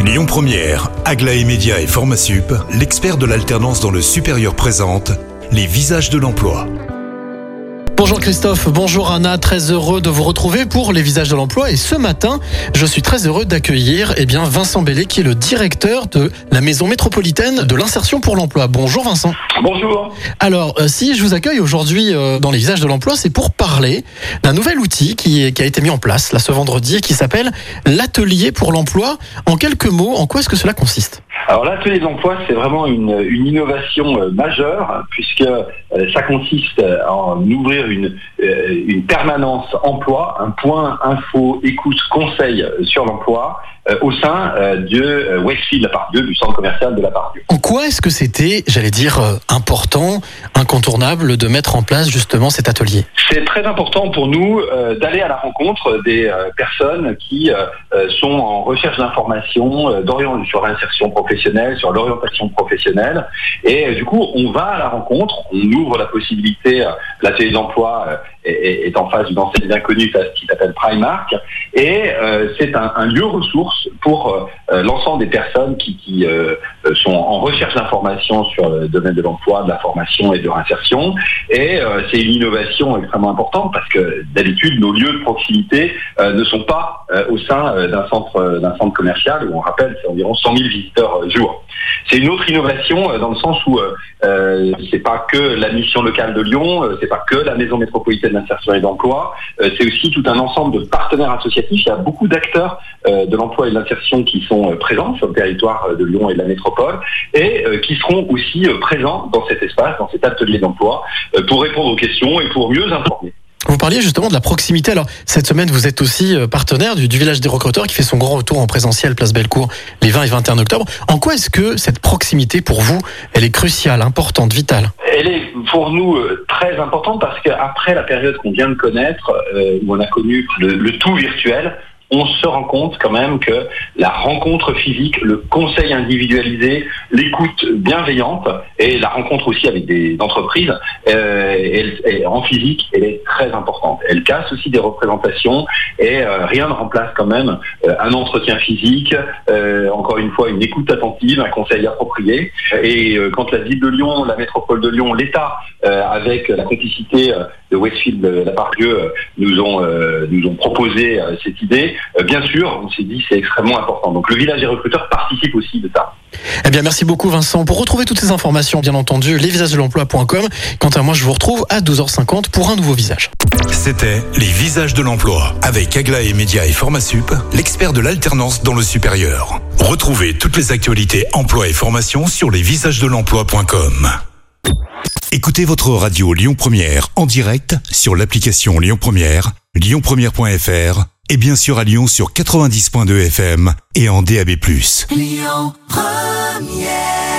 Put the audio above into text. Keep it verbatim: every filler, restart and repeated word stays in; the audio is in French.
Lyon Première, Aglaé Média et Formasup, l'expert de l'alternance dans le supérieur présente les visages de l'emploi. Bonjour Christophe, bonjour Anna, très heureux de vous retrouver pour les visages de l'emploi. Et ce matin, je suis très heureux d'accueillir eh bien, Vincent Bellet, qui est le directeur de la Maison métropolitaine de l'insertion pour l'emploi. Bonjour Vincent. Bonjour. Alors, euh, si je vous accueille aujourd'hui euh, dans les visages de l'emploi, c'est pour parler d'un nouvel outil qui, est, qui a été mis en place là ce vendredi et qui s'appelle l'Atelier pour l'emploi. En quelques mots, en quoi est-ce que cela consiste ? Alors l'atelier d'emploi, c'est vraiment une, une innovation euh, majeure puisque euh, ça consiste en ouvrir une, euh, une permanence emploi, un point info, écoute, conseil sur l'emploi euh, au sein euh, de euh, Westfield La Part-Dieu, du centre commercial de La Part-Dieu. En quoi est-ce que c'était, j'allais dire, euh, important, incontournable de mettre en place justement cet atelier ? C'est très important pour nous euh, d'aller à la rencontre des euh, personnes qui euh, sont en recherche d'informations euh, d'orient- sur l'insertion professionnelle, sur l'orientation professionnelle. Et euh, du coup, on va à la rencontre, on ouvre la possibilité, euh, l'atelier d'emploi euh, est, est en face d'une enseigne bien connue qui s'appelle Primark. Et euh, c'est un, un lieu ressource pour euh, l'ensemble des personnes qui, qui euh, sont en recherche d'informations sur le domaine de l'emploi, de la formation et de l'insertion. Et euh, c'est une innovation extrêmement importante parce que d'habitude, nos lieux de proximité euh, ne sont pas euh, au sein euh, d'un centre, euh, d'un centre commercial où on rappelle, c'est environ cent mille visiteurs euh, jour. C'est une autre innovation euh, dans le sens où euh, euh, c'est pas que la mission locale de Lyon, euh, c'est pas que la Maison métropolitaine d'insertion et d'emploi, euh, c'est aussi tout un ensemble de partenaires associatifs. Il y a beaucoup d'acteurs euh, de l'emploi et de l'insertion qui sont euh, présents sur le territoire euh, de Lyon et de la métropole et euh, qui seront aussi euh, présents dans cet espace, dans cet atelier d'emploi, euh, pour répondre aux questions et pour mieux informer. Vous parliez justement de la proximité. Alors, cette semaine, vous êtes aussi partenaire du, du Village des Recruteurs qui fait son grand retour en présentiel Place Bellecour les vingt et vingt et un octobre. En quoi est-ce que cette proximité, pour vous, elle est cruciale, importante, vitale ? Elle est pour nous euh, très importante parce qu'après la période qu'on vient de connaître, euh, où on a connu le, le tout virtuel, on se rend compte quand même que la rencontre physique, le conseil individualisé, l'écoute bienveillante et la rencontre aussi avec des entreprises euh, elle, elle, en physique, elle est très importante. Elle casse aussi des représentations et euh, rien ne remplace quand même euh, un entretien physique, euh, encore une fois une écoute attentive, un conseil approprié. Et euh, quand la ville de Lyon, la métropole de Lyon, l'État, euh, avec la complicité euh, de Westfield La Part-Dieu, euh, nous ont euh, nous ont proposé euh, cette idée. Euh, bien sûr, on s'est dit c'est extrêmement important. Donc le Village des Recruteurs participe aussi de ça. Eh bien, merci beaucoup Vincent. Pour retrouver toutes ces informations, bien entendu, les visages de l'emploi point com. Quant à moi, je vous retrouve à douze heures cinquante pour un nouveau visage. C'était les visages de l'emploi avec Aglaé Média et Formasup, l'expert de l'alternance dans le supérieur. Retrouvez toutes les actualités emploi et formation sur les visages de l'emploi point com. Écoutez votre radio Lyon Première en direct sur l'application Lyon Première, lyon première point f r et bien sûr à Lyon sur quatre-vingt-dix point deux F M et en D A B plus. Lyon Première.